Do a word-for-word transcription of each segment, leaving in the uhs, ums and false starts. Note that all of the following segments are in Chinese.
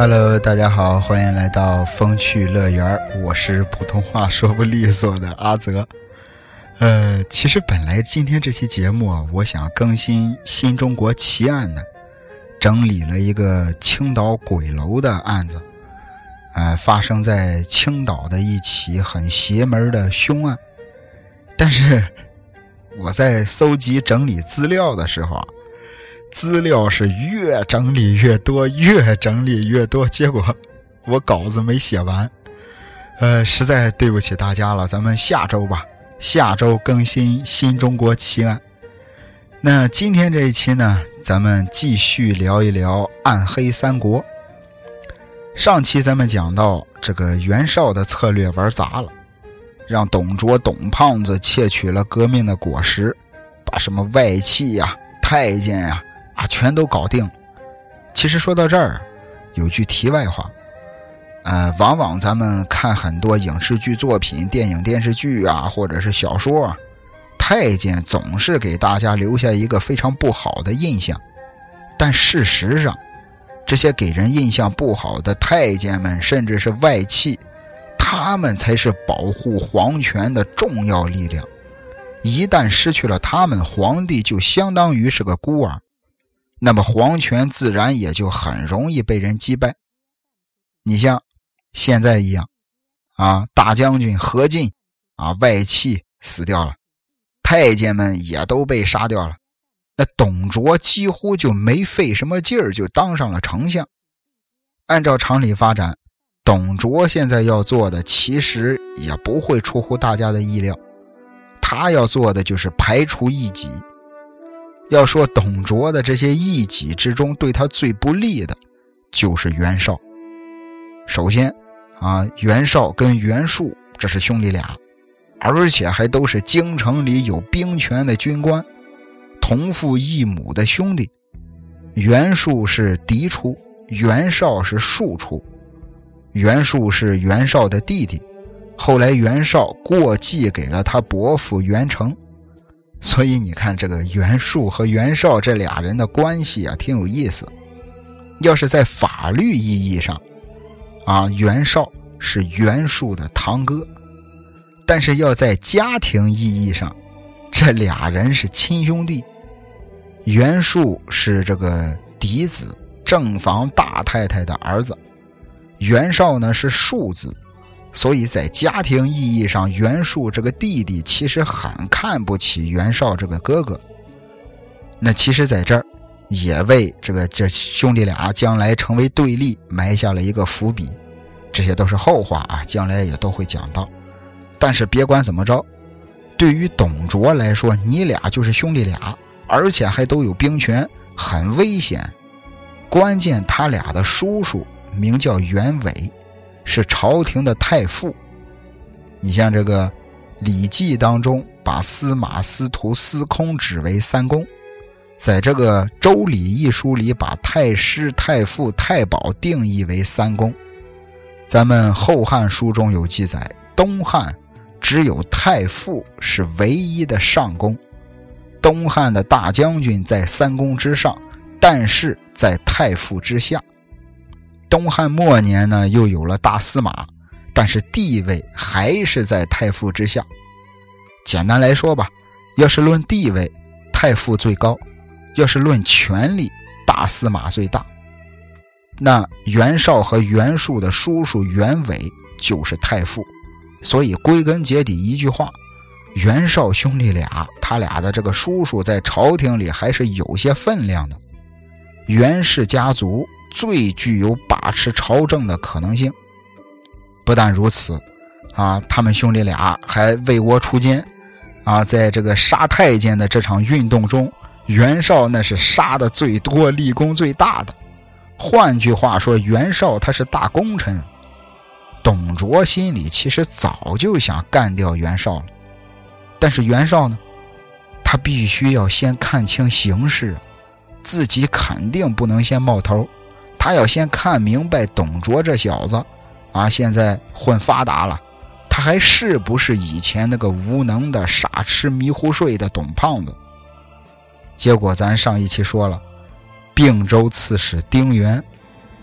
Hello， 大家好，欢迎来到风趣乐园，我是普通话说不利索的阿泽。呃，其实本来今天这期节目啊，我想更新新中国奇案的，整理了一个青岛鬼楼的案子，呃，发生在青岛的一起很邪门的凶案。但是我在搜集整理资料的时候啊，资料是越整理越多，越整理越多，结果我稿子没写完，呃，实在对不起大家了，咱们下周吧，下周更新新中国奇案。那今天这一期呢，咱们继续聊一聊暗黑三国。上期咱们讲到这个袁绍的策略玩砸了，让董卓董胖子窃取了革命的果实，把什么外戚呀、太监呀啊，全都搞定。其实说到这儿，有句题外话，呃，往往咱们看很多影视剧作品、电影电视剧啊，或者是小说啊，太监总是给大家留下一个非常不好的印象。但事实上，这些给人印象不好的太监们，甚至是外戚，他们才是保护皇权的重要力量。一旦失去了他们，皇帝就相当于是个孤儿，那么皇权自然也就很容易被人击败。你像现在一样啊，大将军何进啊，外戚死掉了，太监们也都被杀掉了，那董卓几乎就没费什么劲儿就当上了丞相。按照常理发展，董卓现在要做的其实也不会出乎大家的意料，他要做的就是排除异己。要说董卓的这些异己之中，对他最不利的就是袁绍。首先啊，袁绍跟袁术这是兄弟俩，而且还都是京城里有兵权的军官，同父异母的兄弟。袁术是嫡出，袁绍是庶出。袁术是袁绍的弟弟，后来袁绍过继给了他伯父袁成。所以你看这个袁术和袁绍这俩人的关系啊，挺有意思。要是在法律意义上啊，袁绍是袁术的堂哥，但是要在家庭意义上，这俩人是亲兄弟。袁术是这个嫡子，正房大太太的儿子，袁绍呢是庶子，所以在家庭意义上，袁术这个弟弟其实很看不起袁绍这个哥哥。那其实在这儿也为这个这兄弟俩将来成为对立埋下了一个伏笔，这些都是后话啊，将来也都会讲到。但是别管怎么着，对于董卓来说，你俩就是兄弟俩，而且还都有兵权，很危险。关键他俩的叔叔名叫袁伟，是朝廷的太傅。你像这个《礼记》当中把司马、司徒、司空指为三公，在这个《周礼》一书里把太师、太傅、太保定义为三公。咱们《后汉书》中有记载，东汉只有太傅是唯一的上公，东汉的大将军在三公之上，但是在太傅之下。东汉末年呢，又有了大司马，但是地位还是在太傅之下。简单来说吧，要是论地位，太傅最高；要是论权力，大司马最大。那袁绍和袁术的叔叔袁伟就是太傅，所以归根结底一句话，袁绍兄弟俩，他俩的这个叔叔在朝廷里还是有些分量的。袁氏家族最具有把持朝政的可能性。不但如此啊，他们兄弟俩还为国除奸啊，在这个杀太监的这场运动中，袁绍那是杀的最多，立功最大的。换句话说，袁绍他是大功臣。董卓心里其实早就想干掉袁绍了，但是袁绍呢，他必须要先看清形势，自己肯定不能先冒头，他要先看明白董卓这小子啊，现在混发达了，他还是不是以前那个无能的傻吃迷糊睡的董胖子。结果咱上一期说了，并州刺史丁原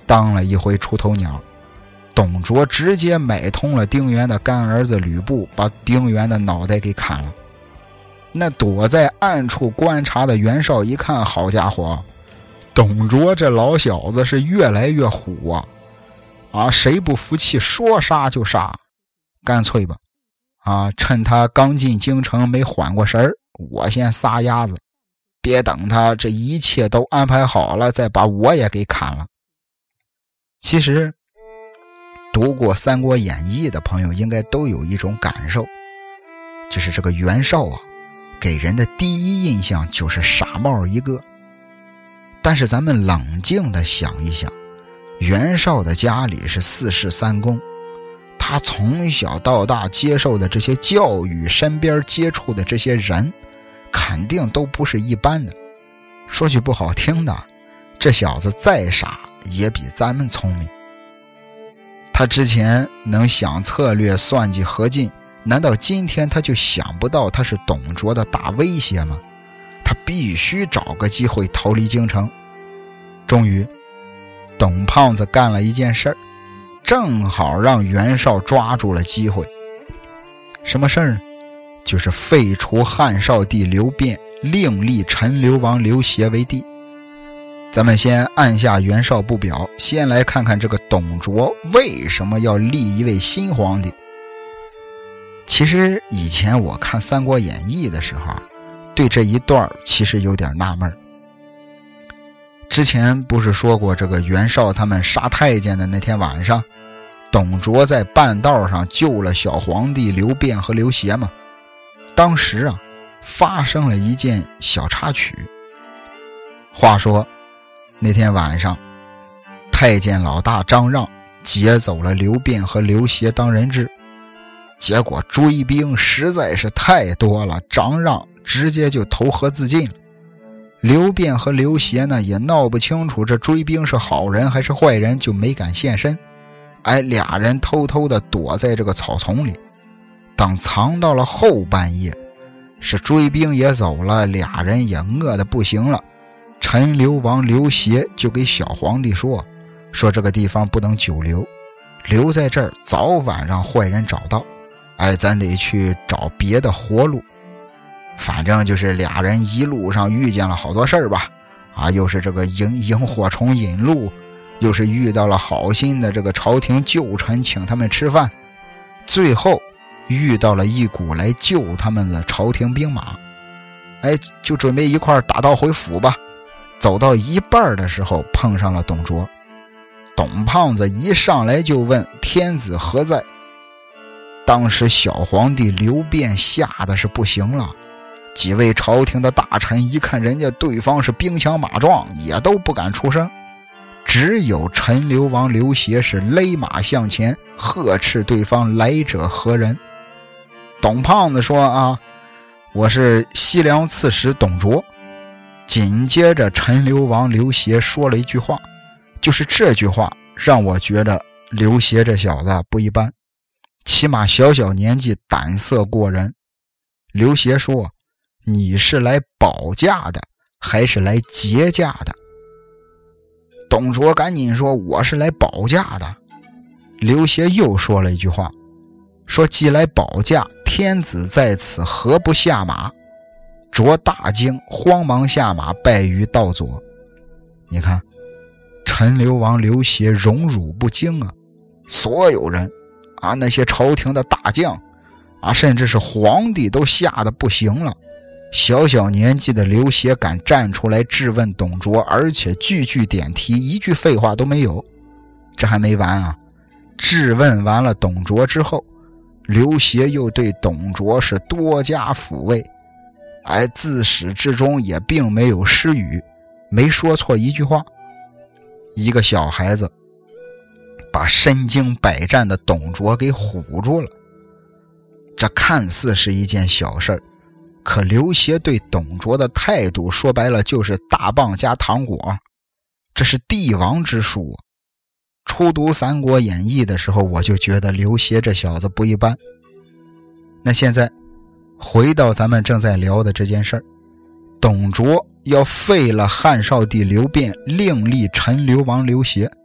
当了一回出头鸟。董卓直接买通了丁原的干儿子吕布，把丁原的脑袋给砍了。那躲在暗处观察的袁绍一看，好家伙，董卓这老小子是越来越虎啊！啊，谁不服气说杀就杀，干脆吧，啊，趁他刚进京城没缓过神儿，我先撒丫子，别等他这一切都安排好了再把我也给砍了。其实读过《三国演义》的朋友应该都有一种感受，就是这个袁绍啊，给人的第一印象就是傻帽一个。但是咱们冷静地想一想，袁绍的家里是四世三公，他从小到大接受的这些教育，身边接触的这些人，肯定都不是一般的。说句不好听的，这小子再傻也比咱们聪明。他之前能想策略算计何进，难道今天他就想不到他是董卓的大威胁吗？他必须找个机会逃离京城。终于董胖子干了一件事儿，正好让袁绍抓住了机会。什么事儿呢？就是废除汉少帝刘辩，另立陈留王刘协为帝。咱们先按下袁绍不表，先来看看这个董卓为什么要立一位新皇帝。其实以前我看《三国演义》的时候，对这一段其实有点纳闷。之前不是说过这个袁绍他们杀太监的那天晚上，董卓在半道上救了小皇帝刘辩和刘协吗？当时啊，发生了一件小插曲。话说那天晚上，太监老大张让劫走了刘辩和刘协当人质，结果追兵实在是太多了，张让直接就投河自尽了。刘辩和刘协呢也闹不清楚这追兵是好人还是坏人，就没敢现身。哎，俩人偷偷的躲在这个草丛里，等藏到了后半夜，是追兵也走了，俩人也饿得不行了。陈留王刘协就给小皇帝说说这个地方不能久留，留在这儿早晚让坏人找到，哎，咱得去找别的活路。反正就是俩人一路上遇见了好多事儿吧，啊，又是这个萤萤火虫引路，又是遇到了好心的这个朝廷旧臣请他们吃饭，最后遇到了一股来救他们的朝廷兵马，哎，就准备一块打道回府吧。走到一半的时候碰上了董卓，董胖子一上来就问天子何在。当时小皇帝刘辩吓得是不行了，几位朝廷的大臣一看人家对方是兵强马壮，也都不敢出声，只有陈留王刘协是勒马向前，呵斥对方来者何人。董胖子说啊，我是西凉刺史董卓。紧接着陈留王刘协说了一句话，就是这句话让我觉得刘协这小子不一般，起码小小年纪胆色过人。刘协说，你是来保驾的还是来劫驾的？董卓赶紧说，我是来保驾的。刘协又说了一句话，说既来保驾，天子在此，何不下马？卓大惊，慌忙下马，败于道左。你看陈留王刘协荣辱不惊啊，所有人啊，那些朝廷的大将啊，甚至是皇帝都吓得不行了。小小年纪的刘协敢站出来质问董卓，而且句句点题，一句废话都没有。这还没完啊，质问完了董卓之后，刘协又对董卓是多加抚慰，哎，自始至终也并没有失语，没说错一句话。一个小孩子把身经百战的董卓给唬住了。这看似是一件小事儿，可刘协对董卓的态度说白了就是大棒加糖果，这是帝王之术。初读《三国演义》的时候，我就觉得刘协这小子不一般。那现在回到咱们正在聊的这件事儿，董卓要废了汉少帝刘辩，另立陈留王刘协。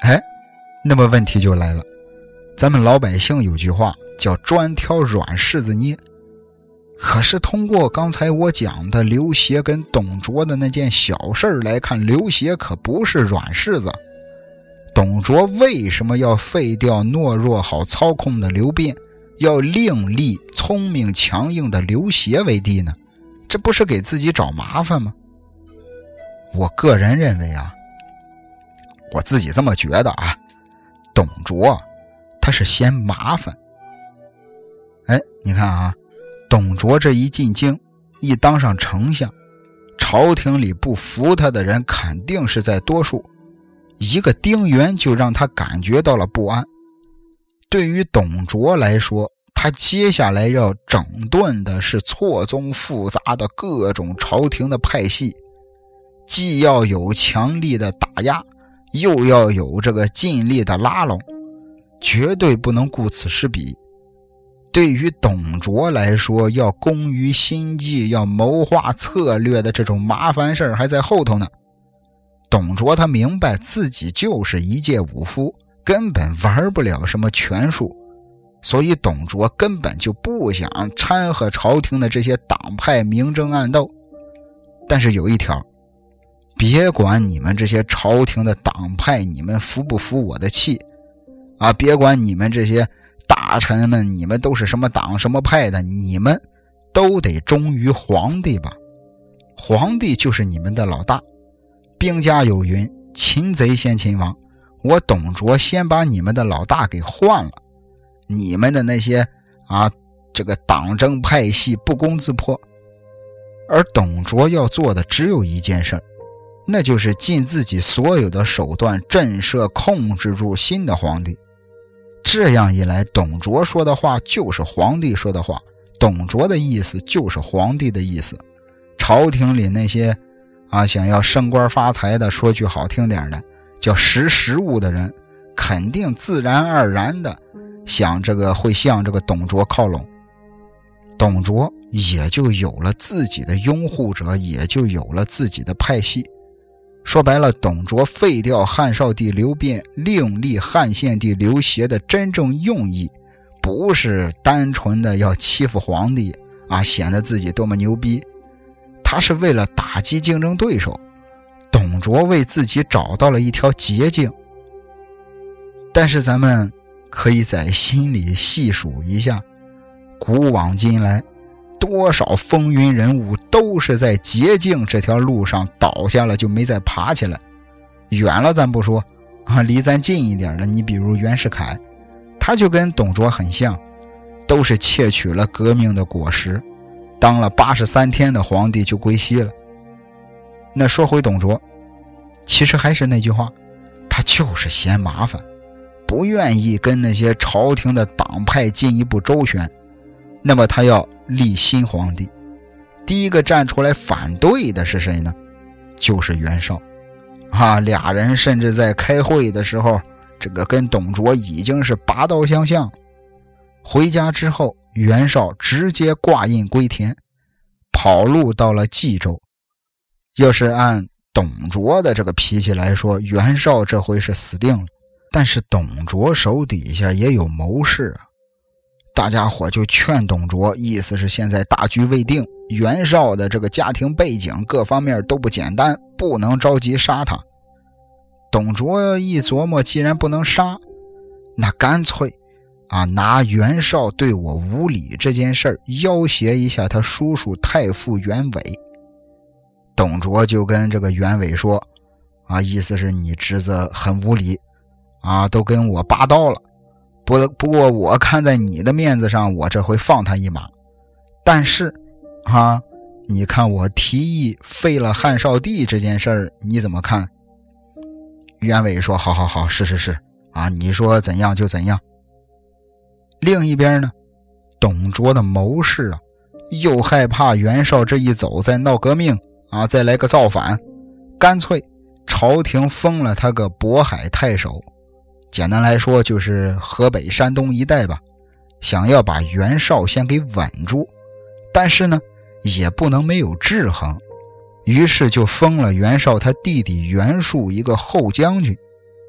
哎，那么问题就来了，咱们老百姓有句话叫专挑软柿子捏，可是通过刚才我讲的刘协跟董卓的那件小事来看，刘协可不是软柿子。董卓为什么要废掉懦弱好操控的刘辩，要另立聪明强硬的刘协为帝呢？这不是给自己找麻烦吗？我个人认为啊，我自己这么觉得啊，董卓他是嫌麻烦。哎，你看啊，董卓这一进京，一当上丞相，朝廷里不服他的人肯定是在多数，一个丁原就让他感觉到了不安。对于董卓来说，他接下来要整顿的是错综复杂的各种朝廷的派系，既要有强力的打压，又要有这个尽力的拉拢，绝对不能顾此失彼。对于董卓来说，要工于心计，要谋划策略的这种麻烦事儿还在后头呢。董卓他明白自己就是一介武夫，根本玩不了什么权术，所以董卓根本就不想掺和朝廷的这些党派明争暗斗。但是有一条，别管你们这些朝廷的党派你们服不服我的气啊，别管你们这些大臣们你们都是什么党什么派的，你们都得忠于皇帝吧。皇帝就是你们的老大，兵家有云，擒贼先擒王，我董卓先把你们的老大给换了，你们的那些啊这个党争派系不攻自破。而董卓要做的只有一件事，那就是尽自己所有的手段震慑控制住新的皇帝。这样一来，董卓说的话就是皇帝说的话，董卓的意思就是皇帝的意思。朝廷里那些啊想要升官发财的，说句好听点的叫识时务的人，肯定自然而然的想这个会向这个董卓靠拢，董卓也就有了自己的拥护者，也就有了自己的派系。说白了，董卓废掉汉少帝刘辩，另立汉献帝刘协的真正用意，不是单纯的要欺负皇帝啊，显得自己多么牛逼，他是为了打击竞争对手。董卓为自己找到了一条捷径。但是咱们可以在心里细数一下，古往今来多少风云人物都是在捷径这条路上倒下了就没再爬起来。远了咱不说啊，离咱近一点的，你比如袁世凯，他就跟董卓很像，都是窃取了革命的果实，当了八十三天的皇帝就归西了。那说回董卓，其实还是那句话，他就是嫌麻烦，不愿意跟那些朝廷的党派进一步周旋。那么他要立新皇帝，第一个站出来反对的是谁呢？就是袁绍啊，俩人甚至在开会的时候，这个跟董卓已经是拔刀相向。回家之后，袁绍直接挂印归田，跑路到了冀州。要是按董卓的这个脾气来说，袁绍这回是死定了。但是董卓手底下也有谋士啊，大家伙就劝董卓，意思是现在大局未定，袁绍的这个家庭背景各方面都不简单，不能着急杀他。董卓一琢磨，既然不能杀，那干脆啊拿袁绍对我无礼这件事儿要挟一下他叔叔太傅袁伟。董卓就跟这个袁伟说啊，意思是你侄子很无礼啊，都跟我拔刀了，不不过我看在你的面子上，我这回放他一马。但是啊，你看我提议废了汉少帝这件事儿，你怎么看？袁伟说好好好，是是是啊，你说怎样就怎样。另一边呢，董卓的谋士啊，又害怕袁绍这一走再闹革命啊，再来个造反，干脆朝廷封了他个渤海太守，简单来说就是河北山东一带吧，想要把袁绍先给稳住，但是呢也不能没有制衡，于是就封了袁绍他弟弟袁术一个后将军。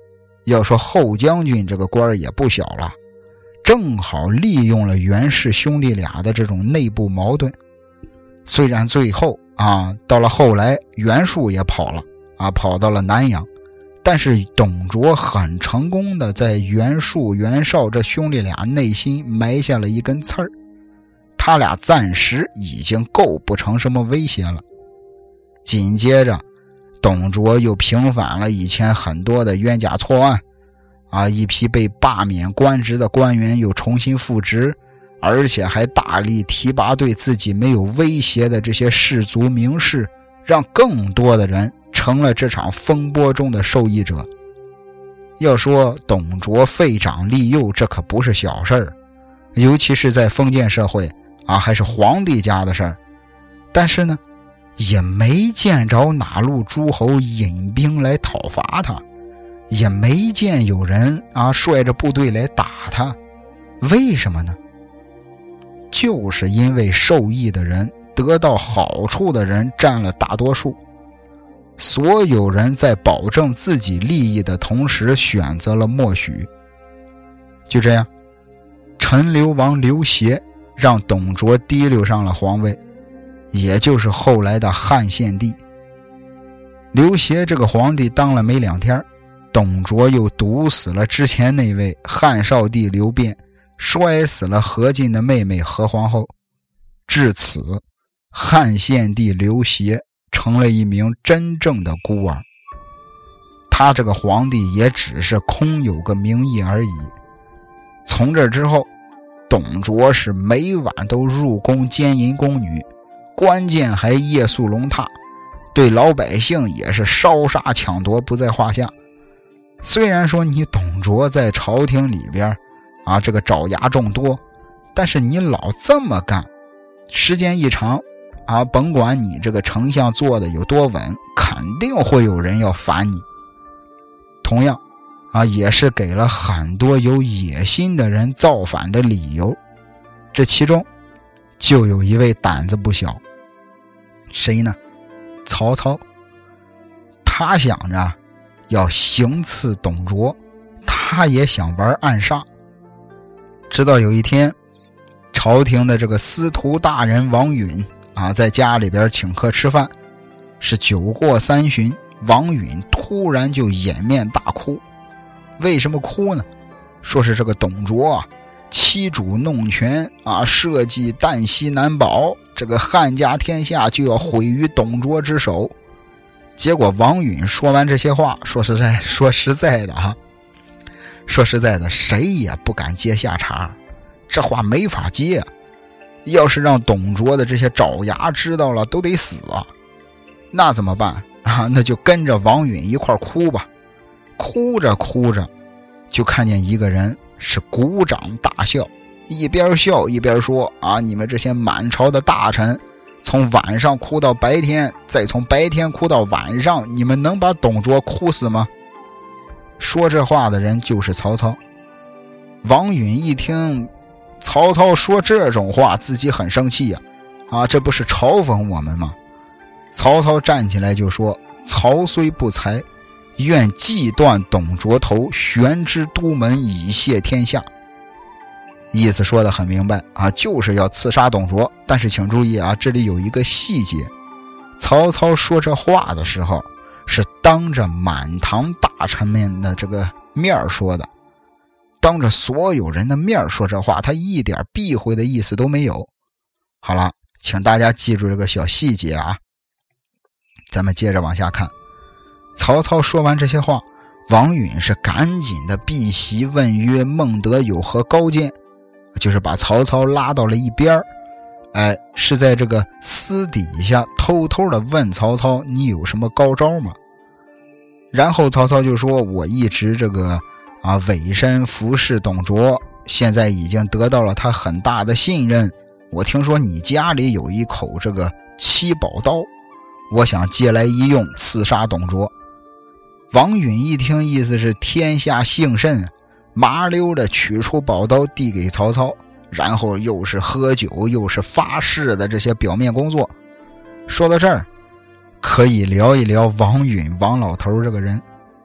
要说后将军这个官儿也不小了，正好利用了袁氏兄弟俩的这种内部矛盾。虽然最后啊，到了后来袁术也跑了啊，跑到了南阳，但是董卓很成功的在袁术、袁绍这兄弟俩内心埋下了一根刺儿，他俩暂时已经构不成什么威胁了。紧接着董卓又平反了以前很多的冤假错案啊，一批被罢免官职的官员又重新复职，而且还大力提拔对自己没有威胁的这些士族名士，让更多的人成了这场风波中的受益者。要说董卓废长立幼，这可不是小事儿，尤其是在封建社会啊，还是皇帝家的事儿。但是呢，也没见着哪路诸侯引兵来讨伐他，也没见有人啊率着部队来打他。为什么呢？就是因为受益的人，得到好处的人占了大多数，所有人在保证自己利益的同时选择了默许。就这样，陈留王刘协让董卓提溜上了皇位，也就是后来的汉献帝。刘协这个皇帝当了没两天，董卓又毒死了之前那位汉少帝刘辩，摔死了何进的妹妹何皇后。至此，汉献帝刘协成了一名真正的孤儿，他这个皇帝也只是空有个名义而已。从这之后，董卓是每晚都入宫奸淫宫女，关键还夜宿龙榻，对老百姓也是烧杀抢夺不在话下。虽然说你董卓在朝廷里边啊，这个爪牙众多，但是你老这么干，时间一长啊，甭管你这个丞相做的有多稳，肯定会有人要反你。同样啊，也是给了很多有野心的人造反的理由。这其中就有一位胆子不小，谁呢？曹操。他想着要行刺董卓，他也想玩暗杀。直到有一天，朝廷的这个司徒大人王允啊，在家里边请客吃饭，是酒过三巡，王允突然就掩面大哭。为什么哭呢？说是这个董卓啊，欺主弄权啊，设计旦夕难保，这个汉家天下就要毁于董卓之手。结果王允说完这些话，说实在说实在的哈、啊，说实在的，谁也不敢接下茬，这话没法接啊。要是让董卓的这些爪牙知道了，都得死啊。那怎么办啊？那就跟着王允一块哭吧。哭着哭着，就看见一个人是鼓掌大笑，一边笑一边说啊，你们这些满朝的大臣，从晚上哭到白天，再从白天哭到晚上，你们能把董卓哭死吗？说这话的人就是曹操。王允一听曹操说这种话，自己很生气呀、啊，啊，这不是嘲讽我们吗？曹操站起来就说：“曹虽不才，愿计断董卓头，悬之都门，以谢天下。”意思说得很明白啊，就是要刺杀董卓。但是请注意啊，这里有一个细节，曹操说这话的时候是当着满堂大臣们的这个面说的，当着所有人的面说这话，他一点避讳的意思都没有。好了，请大家记住这个小细节啊。咱们接着往下看，曹操说完这些话，王允是赶紧的避席问曰：“孟德有何高见？”就是把曹操拉到了一边，哎，是在这个私底下偷偷的问曹操：“你有什么高招吗？”然后曹操就说：“我一直这个啊委身服侍董卓，现在已经得到了他很大的信任。我听说你家里有一口这个七宝刀，我想借来一用，刺杀董卓。”王允一听，意思是天下幸甚，麻溜的取出宝刀递给曹操，然后又是喝酒又是发誓的这些表面工作。说到这儿，可以聊一聊王允王老头这个人。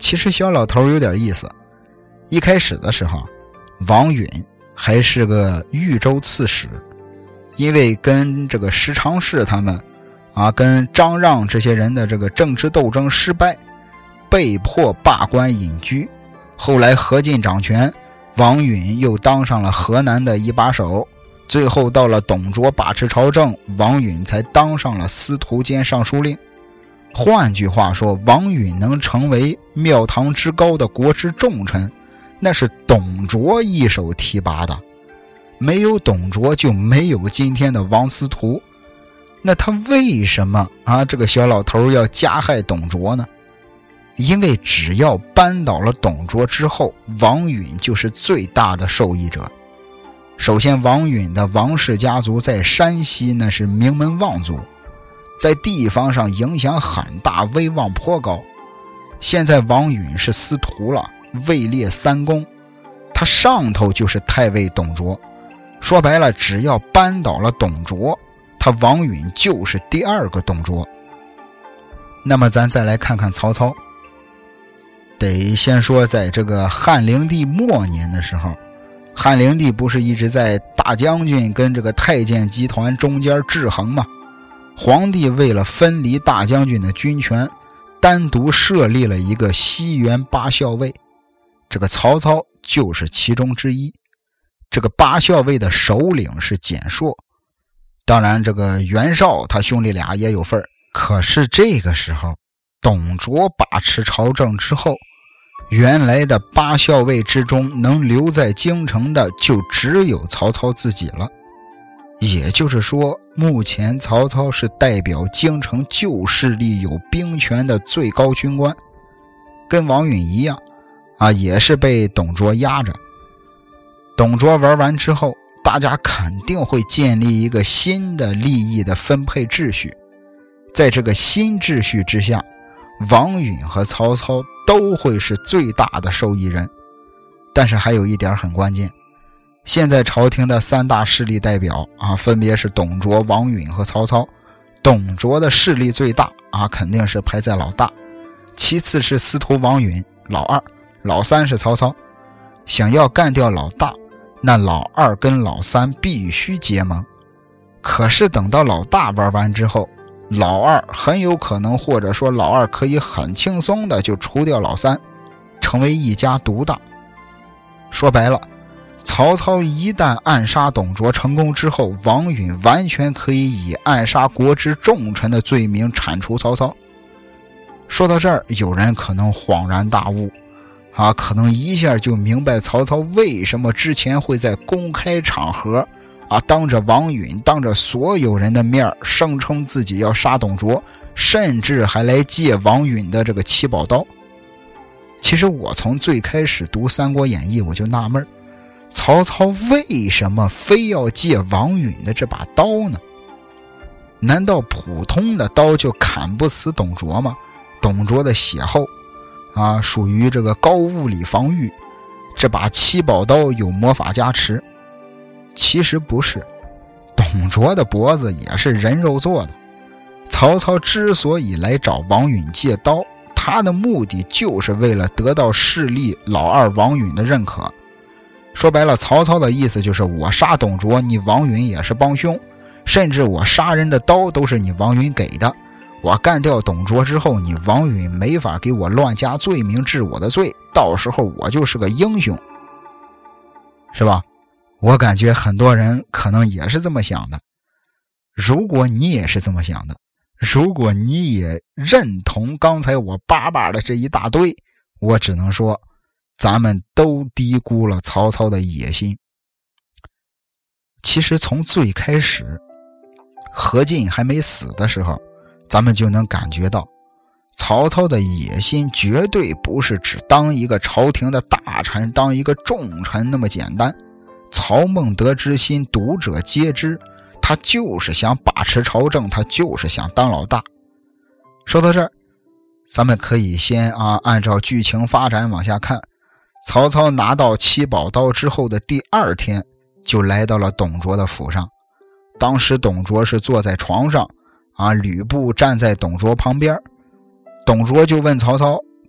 其实小老头有点意思，一开始的时候，王允还是个豫州刺史，因为跟这个石常氏他们啊，跟张让这些人的这个政治斗争失败，被迫罢官隐居。后来何进掌权，王允又当上了河南的一把手，最后到了董卓把持朝政，王允才当上了司徒兼尚书令。换句话说，王允能成为庙堂之高的国之重臣，那是董卓一手提拔的，没有董卓就没有今天的王司徒。那他为什么啊这个小老头要加害董卓呢？因为只要扳倒了董卓之后，王允就是最大的受益者。首先，王允的王氏家族在山西那是名门望族，在地方上影响很大，威望颇高。现在王允是司徒了，位列三公，他上头就是太尉董卓。说白了，只要扳倒了董卓，他王允就是第二个董卓。那么咱再来看看曹操。得先说在这个汉灵帝末年的时候，汉灵帝不是一直在大将军跟这个太监集团中间制衡吗？皇帝为了分离大将军的军权，单独设立了一个西园八校尉，这个曹操就是其中之一。这个八校尉的首领是蹇硕，当然这个袁绍他兄弟俩也有份儿。可是这个时候董卓把持朝政之后，原来的八校尉之中能留在京城的就只有曹操自己了。也就是说，目前曹操是代表京城旧势力有兵权的最高军官，跟王允一样啊，也是被董卓压着。董卓玩完之后，大家肯定会建立一个新的利益的分配秩序。在这个新秩序之下，王允和曹操都会是最大的受益人。但是还有一点很关键，现在朝廷的三大势力代表啊，分别是董卓、王允和曹操。董卓的势力最大啊，肯定是排在老大，其次是司徒王允，老二，老三是曹操。想要干掉老大，那老二跟老三必须结盟。可是等到老大玩完之后，老二很有可能，或者说老二可以很轻松的就除掉老三，成为一家独大。说白了，曹操一旦暗杀董卓成功之后，王允完全可以以暗杀国之重臣的罪名铲除曹操。说到这儿，有人可能恍然大悟啊，可能一下就明白曹操为什么之前会在公开场合啊，当着王允，当着所有人的面声称自己要杀董卓，甚至还来借王允的这个七宝刀。其实我从最开始读《三国演义》，我就纳闷，曹操为什么非要借王允的这把刀呢？难道普通的刀就砍不死董卓吗？董卓的血厚啊，属于这个高物理防御，这把七宝刀有魔法加持。其实不是，董卓的脖子也是人肉做的。曹操之所以来找王允借刀，他的目的就是为了得到势力老二王允的认可。说白了，曹操的意思就是我杀董卓，你王允也是帮凶，甚至我杀人的刀都是你王允给的。我干掉董卓之后，你王允没法给我乱加罪名治我的罪，到时候我就是个英雄，是吧？我感觉很多人可能也是这么想的。如果你也是这么想的，如果你也认同刚才我叭叭的这一大堆，我只能说咱们都低估了曹操的野心。其实从最开始何进还没死的时候，咱们就能感觉到曹操的野心绝对不是只当一个朝廷的大臣，当一个重臣那么简单。曹孟德之心读者皆知，他就是想把持朝政，他就是想当老大。说到这儿，咱们可以先啊按照剧情发展往下看。曹操拿到七宝刀之后的第二天，就来到了董卓的府上。当时董卓是坐在床上啊，吕布站在董卓旁边。董卓就问曹操，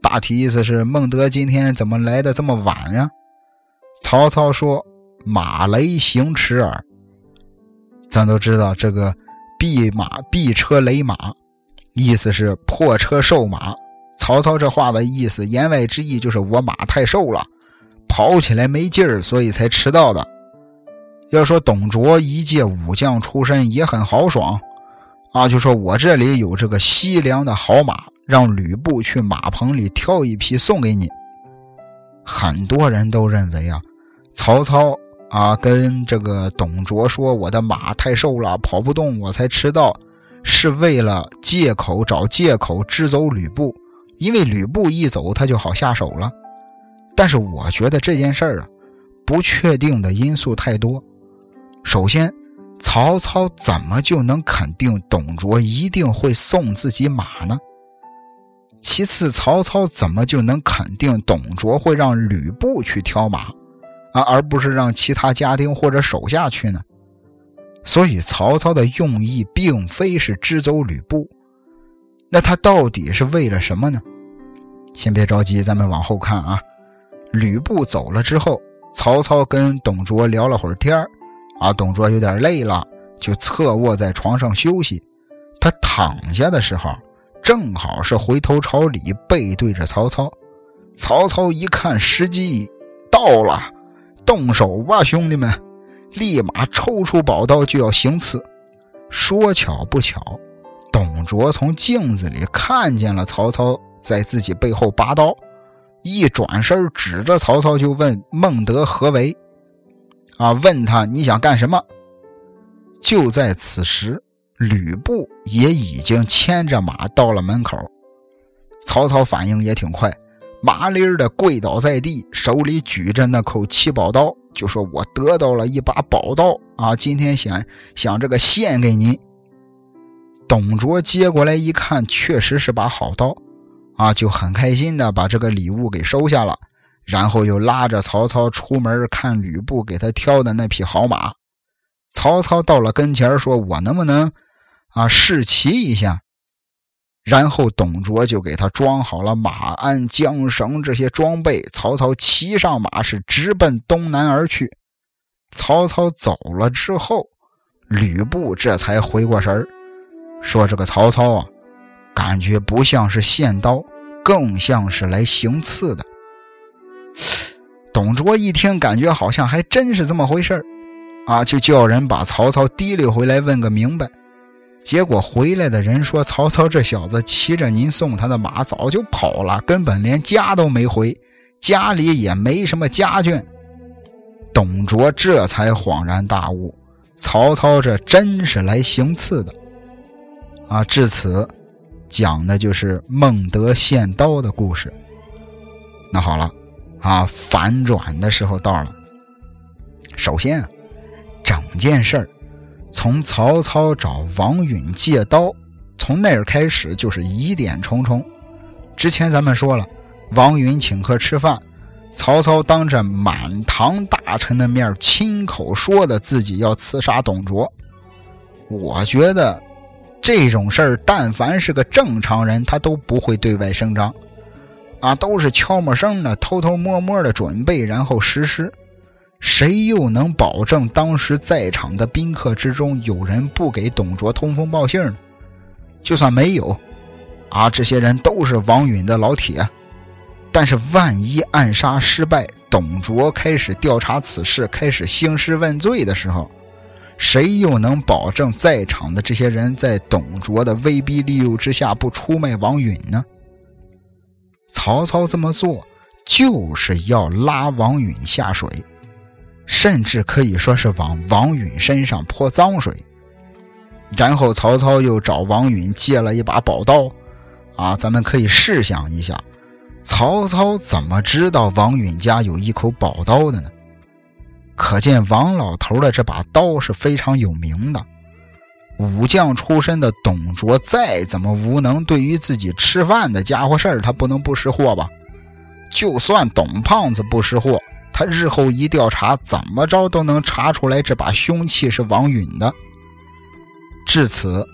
大体意思是孟德今天怎么来的这么晚呀？曹操说马雷行驰耳。咱都知道这个避马避车雷马，意思是破车瘦马。曹操这话的意思言外之意就是我马太瘦了，跑起来没劲儿，所以才迟到的。要说董卓一介武将出身也很豪爽啊，就说我这里有这个西凉的好马，让吕布去马棚里挑一匹送给你。很多人都认为啊，曹操啊跟这个董卓说我的马太瘦了跑不动我才迟到，是为了借口找借口支走吕布，因为吕布一走他就好下手了。但是我觉得这件事儿啊，不确定的因素太多。首先，曹操怎么就能肯定董卓一定会送自己马呢？其次，曹操怎么就能肯定董卓会让吕布去挑马啊，而不是让其他家丁或者手下去呢？所以曹操的用意并非是支走吕布，那他到底是为了什么呢？先别着急，咱们往后看啊。吕布走了之后，曹操跟董卓聊了会儿天啊，董卓有点累了，就侧卧在床上休息。他躺下的时候，正好是回头朝里背对着曹操。曹操一看时机到了，动手吧兄弟们，立马抽出宝刀就要行刺。说巧不巧，董卓从镜子里看见了曹操在自己背后拔刀，一转身指着曹操就问孟德何为啊？问他你想干什么？就在此时，吕布也已经牵着马到了门口。曹操反应也挺快，麻利的跪倒在地，手里举着那口七宝刀，就说我得到了一把宝刀啊，今天想想这个献给您。董卓接过来一看，确实是把好刀啊，就很开心的把这个礼物给收下了，然后又拉着曹操出门看吕布给他挑的那匹好马。曹操到了跟前说我能不能啊试骑一下？然后董卓就给他装好了马鞍、缰绳这些装备，曹操骑上马是直奔东南而去。曹操走了之后，吕布这才回过神儿，说这个曹操啊，感觉不像是献刀，更像是来行刺的。董卓一听，感觉好像还真是这么回事儿啊，就叫人把曹操提溜回来问个明白。结果回来的人说，曹操这小子骑着您送他的马早就跑了，根本连家都没回，家里也没什么家眷。董卓这才恍然大悟，曹操这真是来行刺的啊！至此讲的就是孟德献刀的故事。那好了啊，反转的时候到了。首先啊，整件事儿从曹操找王允借刀，从那儿开始就是疑点重重。之前咱们说了，王允请客吃饭，曹操当着满堂大臣的面亲口说的自己要刺杀董卓。我觉得这种事儿但凡是个正常人他都不会对外声张啊，都是悄没声的偷偷摸摸的准备然后实施。谁又能保证当时在场的宾客之中有人不给董卓通风报信呢？就算没有啊，这些人都是王允的老铁。但是万一暗杀失败，董卓开始调查此事，开始兴师问罪的时候，谁又能保证在场的这些人在董卓的威逼利诱之下不出卖王允呢？曹操这么做就是要拉王允下水，甚至可以说是往王允身上泼脏水。然后曹操又找王允借了一把宝刀啊，咱们可以试想一下，曹操怎么知道王允家有一口宝刀的呢？可见王老头的这把刀是非常有名的。武将出身的董卓再怎么无能，对于自己吃饭的家伙事儿他不能不识货吧？就算董胖子不识货，他日后一调查，怎么着都能查出来这把凶器是王允的。至此，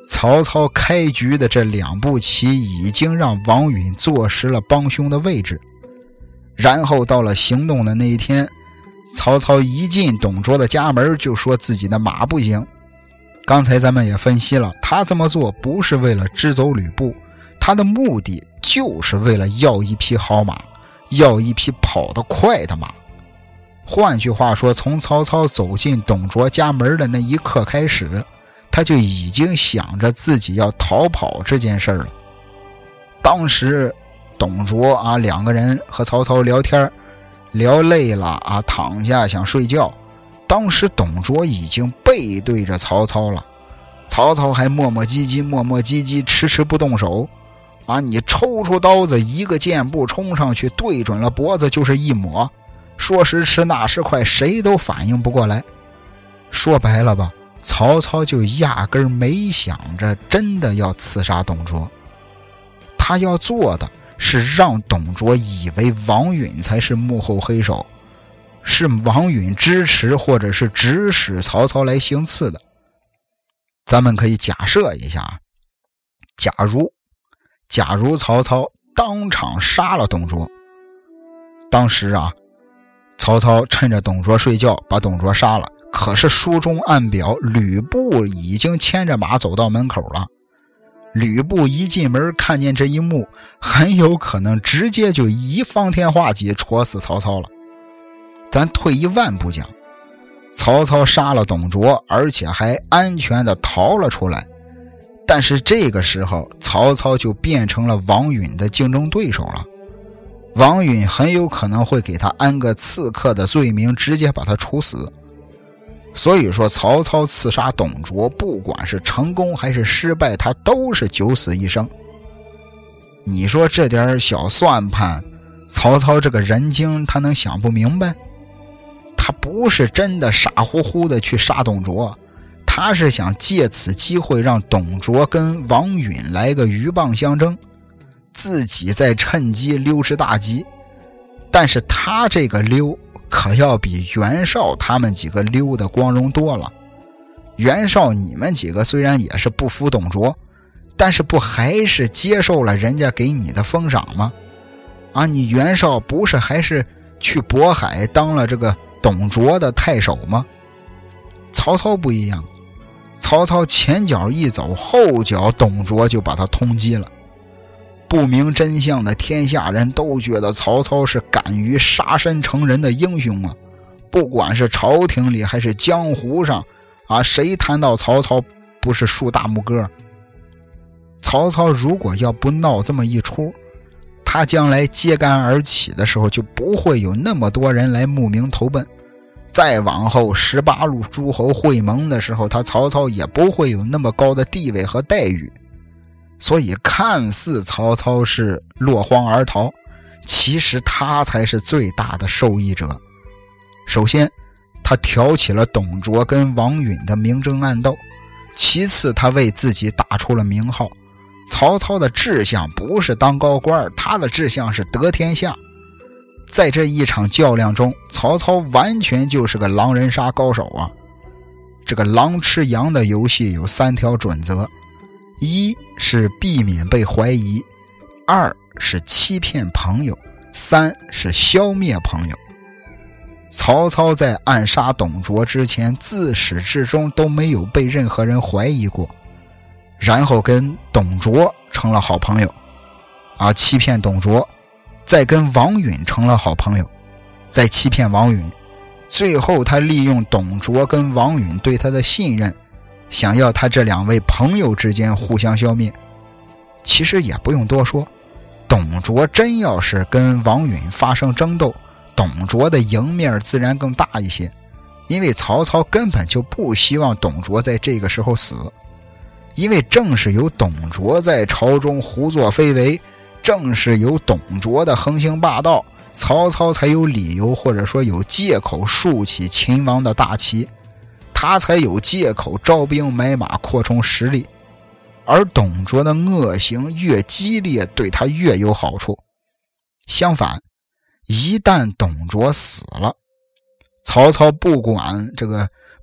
曹操开局的这两步棋已经让王允坐实了帮凶的位置。然后到了行动的那一天，曹操一进董卓的家门就说自己的马不行。刚才咱们也分析了，他这么做不是为了支走吕布，他的目的就是为了要一匹好马，要一匹跑得快的马。换句话说，从曹操走进董卓家门的那一刻开始，他就已经想着自己要逃跑这件事了。当时董卓啊，两个人和曹操聊天，聊累了啊，躺下想睡觉。当时董卓已经背对着曹操了，曹操还磨磨唧唧磨磨唧唧迟迟不动手啊！你抽出刀子，一个箭步冲上去，对准了脖子就是一抹，说时迟那时快，谁都反应不过来。说白了吧，曹操就压根儿没想着真的要刺杀董卓，他要做的是让董卓以为王允才是幕后黑手，是王允支持或者是指使曹操来行刺的。咱们可以假设一下，假如假如曹操当场杀了董卓，当时啊，曹操趁着董卓睡觉把董卓杀了，可是书中暗表吕布已经牵着马走到门口了。吕布一进门看见这一幕，很有可能直接就一方天画戟戳死曹操了。咱退一万步讲，曹操杀了董卓，而且还安全的逃了出来，但是这个时候曹操就变成了王允的竞争对手了。王允很有可能会给他安个刺客的罪名，直接把他处死。所以说曹操刺杀董卓，不管是成功还是失败，他都是九死一生。你说这点小算盘，曹操这个人精他能想不明白？他不是真的傻乎乎的去杀董卓，他是想借此机会让董卓跟王允来个鹬蚌相争，自己再趁机溜之大吉。但是他这个溜可要比袁绍他们几个溜的光荣多了。袁绍你们几个虽然也是不服董卓，但是不还是接受了人家给你的封赏吗？啊，你袁绍不是还是去渤海当了这个董卓的太守吗？曹操不一样，曹操前脚一走，后脚董卓就把他通缉了。不明真相的天下人都觉得曹操是敢于杀身成仁的英雄啊！不管是朝廷里还是江湖上啊，谁谈到曹操不是竖大拇哥？曹操如果要不闹这么一出，他将来揭竿而起的时候就不会有那么多人来慕名投奔。再往后十八路诸侯会盟的时候，他曹操也不会有那么高的地位和待遇。所以看似曹操是落荒而逃，其实他才是最大的受益者。首先他挑起了董卓跟王允的明争暗斗，其次他为自己打出了名号。曹操的志向不是当高官，他的志向是得天下。在这一场较量中，曹操完全就是个狼人杀高手啊！这个狼吃羊的游戏有三条准则：一是避免被怀疑，二是欺骗朋友，三是消灭朋友。曹操在暗杀董卓之前，自始至终都没有被任何人怀疑过，然后跟董卓成了好朋友啊，欺骗董卓，再跟王允成了好朋友，再欺骗王允，最后他利用董卓跟王允对他的信任，想要他这两位朋友之间互相消灭。其实也不用多说，董卓真要是跟王允发生争斗，董卓的赢面自然更大一些，因为曹操根本就不希望董卓在这个时候死。因为正是有董卓在朝中胡作非为，正是有董卓的横行霸道，曹操才有理由或者说有借口竖起秦王的大旗，他才有借口招兵买马扩充实力。而董卓的恶行越激烈，对他越有好处。相反，一旦董卓死了，曹操不管这个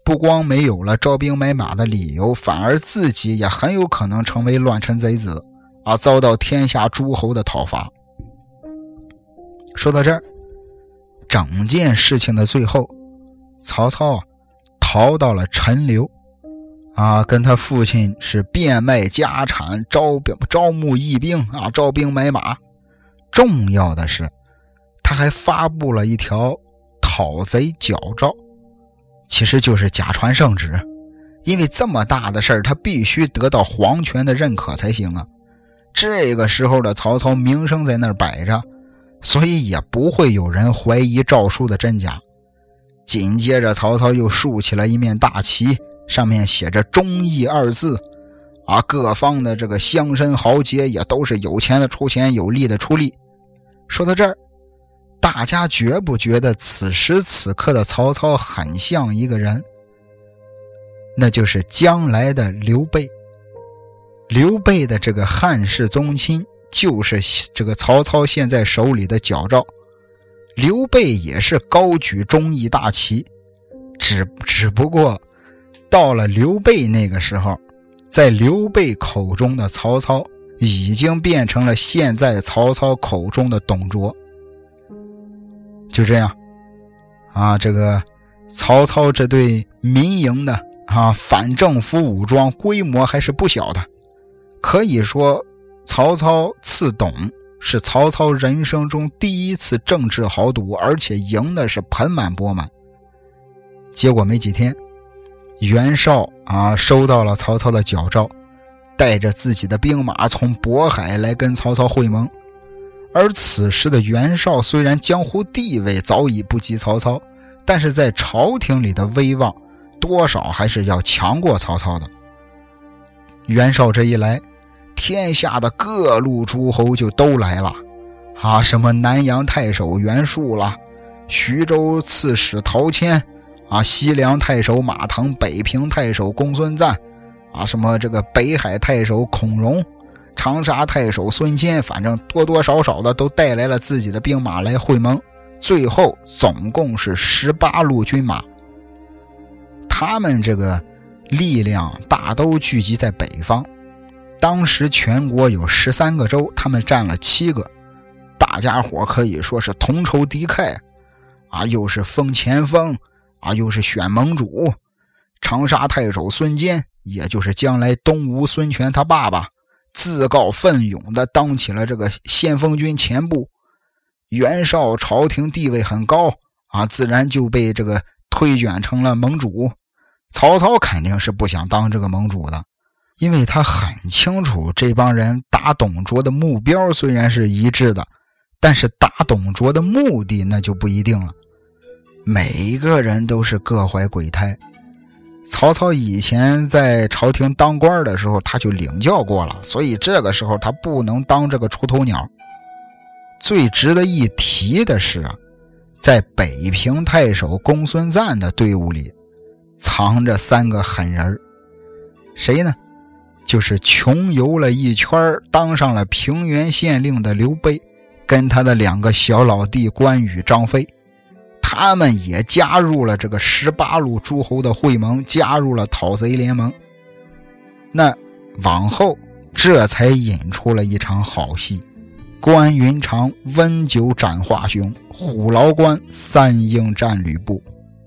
不光没有了招兵买马的理由，反而自己也很有可能成为乱臣贼子啊，遭到天下诸侯的讨伐。说到这儿，整件事情的最后，曹操啊逃到了陈留啊，跟他父亲是变卖家产，招招募义兵啊，招兵买马。重要的是，他还发布了一条讨贼矫诏，其实就是假传圣旨。因为这么大的事儿，他必须得到皇权的认可才行啊。这个时候的曹操名声在那儿摆着，所以也不会有人怀疑诏书的真假。紧接着曹操又竖起了一面大旗，上面写着忠义二字啊，各方的这个乡绅豪杰也都是有钱的出钱，有力的出力。说到这儿，大家觉不觉得此时此刻的曹操很像一个人？那就是将来的刘备。刘备的这个汉室宗亲就是这个曹操现在手里的矫诏。刘备也是高举忠义大旗，只只不过到了刘备那个时候，在刘备口中的曹操已经变成了现在曹操口中的董卓。就这样啊，这个曹操这对民营的啊反政府武装规模还是不小的。可以说曹操刺董是曹操人生中第一次政治豪赌，而且赢的是盆满钵满。结果没几天，袁绍啊收到了曹操的矫诏，带着自己的兵马从渤海来跟曹操会盟。而此时的袁绍虽然江湖地位早已不及曹操，但是在朝廷里的威望多少还是要强过曹操的。袁绍这一来，天下的各路诸侯就都来了啊，什么南阳太守袁术啦，徐州刺史陶谦啊，西凉太守马腾，北平太守公孙瓒啊，什么这个北海太守孔融，长沙太守孙坚，反正多多少少的都带来了自己的兵马来会盟。最后总共是十八路军马，他们这个力量大都聚集在北方。当时全国有十三个州，他们占了七个，大家伙可以说是同仇敌忾啊，又是封前锋啊，又是选盟主。长沙太守孙坚，也就是将来东吴孙权他爸爸，自告奋勇地当起了这个先锋军前部。袁绍朝廷地位很高啊，自然就被这个推选成了盟主。曹操肯定是不想当这个盟主的，因为他很清楚这帮人打董卓的目标虽然是一致的，但是打董卓的目的那就不一定了。每一个人都是各怀鬼胎。曹操以前在朝廷当官的时候他就领教过了，所以这个时候他不能当这个出头鸟。最值得一提的是啊，在北平太守公孙瓒的队伍里藏着三个狠人。谁呢？就是穷游了一圈当上了平原县令的刘备，跟他的两个小老弟关羽、张飞，他们也加入了这个十八路诸侯的会盟，加入了讨贼联盟。那往后这才引出了一场好戏，关云长温酒斩华雄，虎牢关三英战吕布。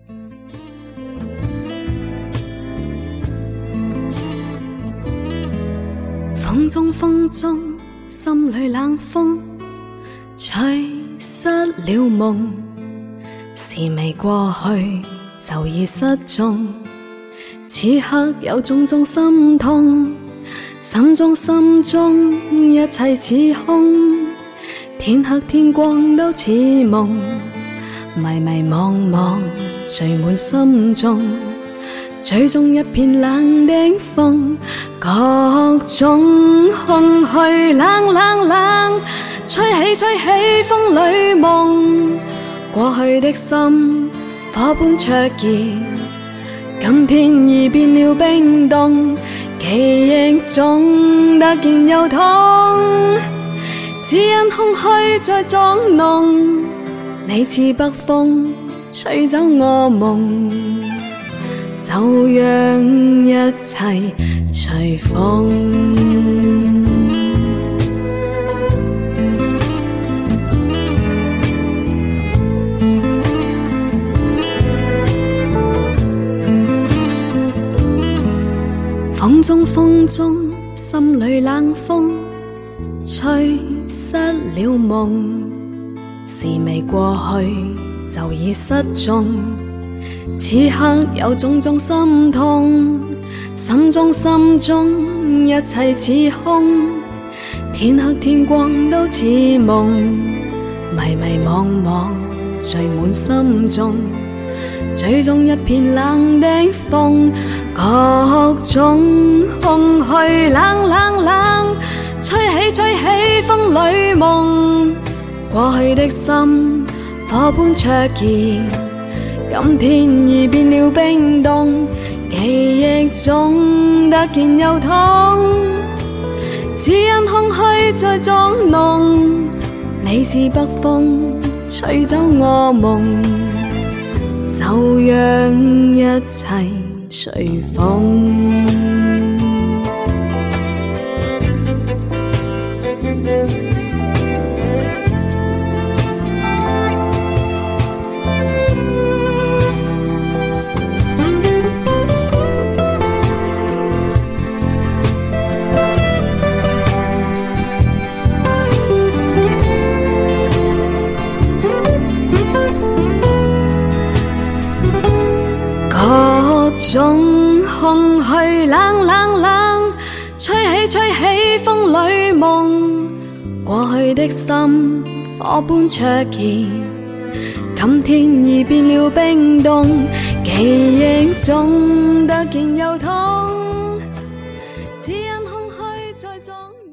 風中風中心裏冷風吹失了夢，事未過去就已失蹤，此刻有種種心痛，心中心中一切似空，天黑天光都似夢，迷迷惘惘聚滿心中，最終一片冷的風，各種空虛冷冷冷，吹起吹起風裏夢，過去的心火般灼熱，今天已變了冰凍，記憶中突然又痛，只因空虛在作弄，你似北風吹走我夢， 就讓一切隨風。風中風中，心裏冷風，吹失了夢。事未過去，就已失蹤。此刻有種種心痛，心中心中一切似空。天黑天光都似夢，迷迷惘惘聚滿心中。最終一片冷的風，各種空虛冷冷冷，吹起吹起風裏夢。過去的心火般灼熱，今天已變了冰凍，記憶中突然又痛，只因空虛在作弄，你似北風吹走我夢。就讓一切隨風。各種空虛冷冷冷，吹起吹起風裏夢。過去的心火般灼熱，今天已變了冰凍，記憶中突然又痛，只因空虛在作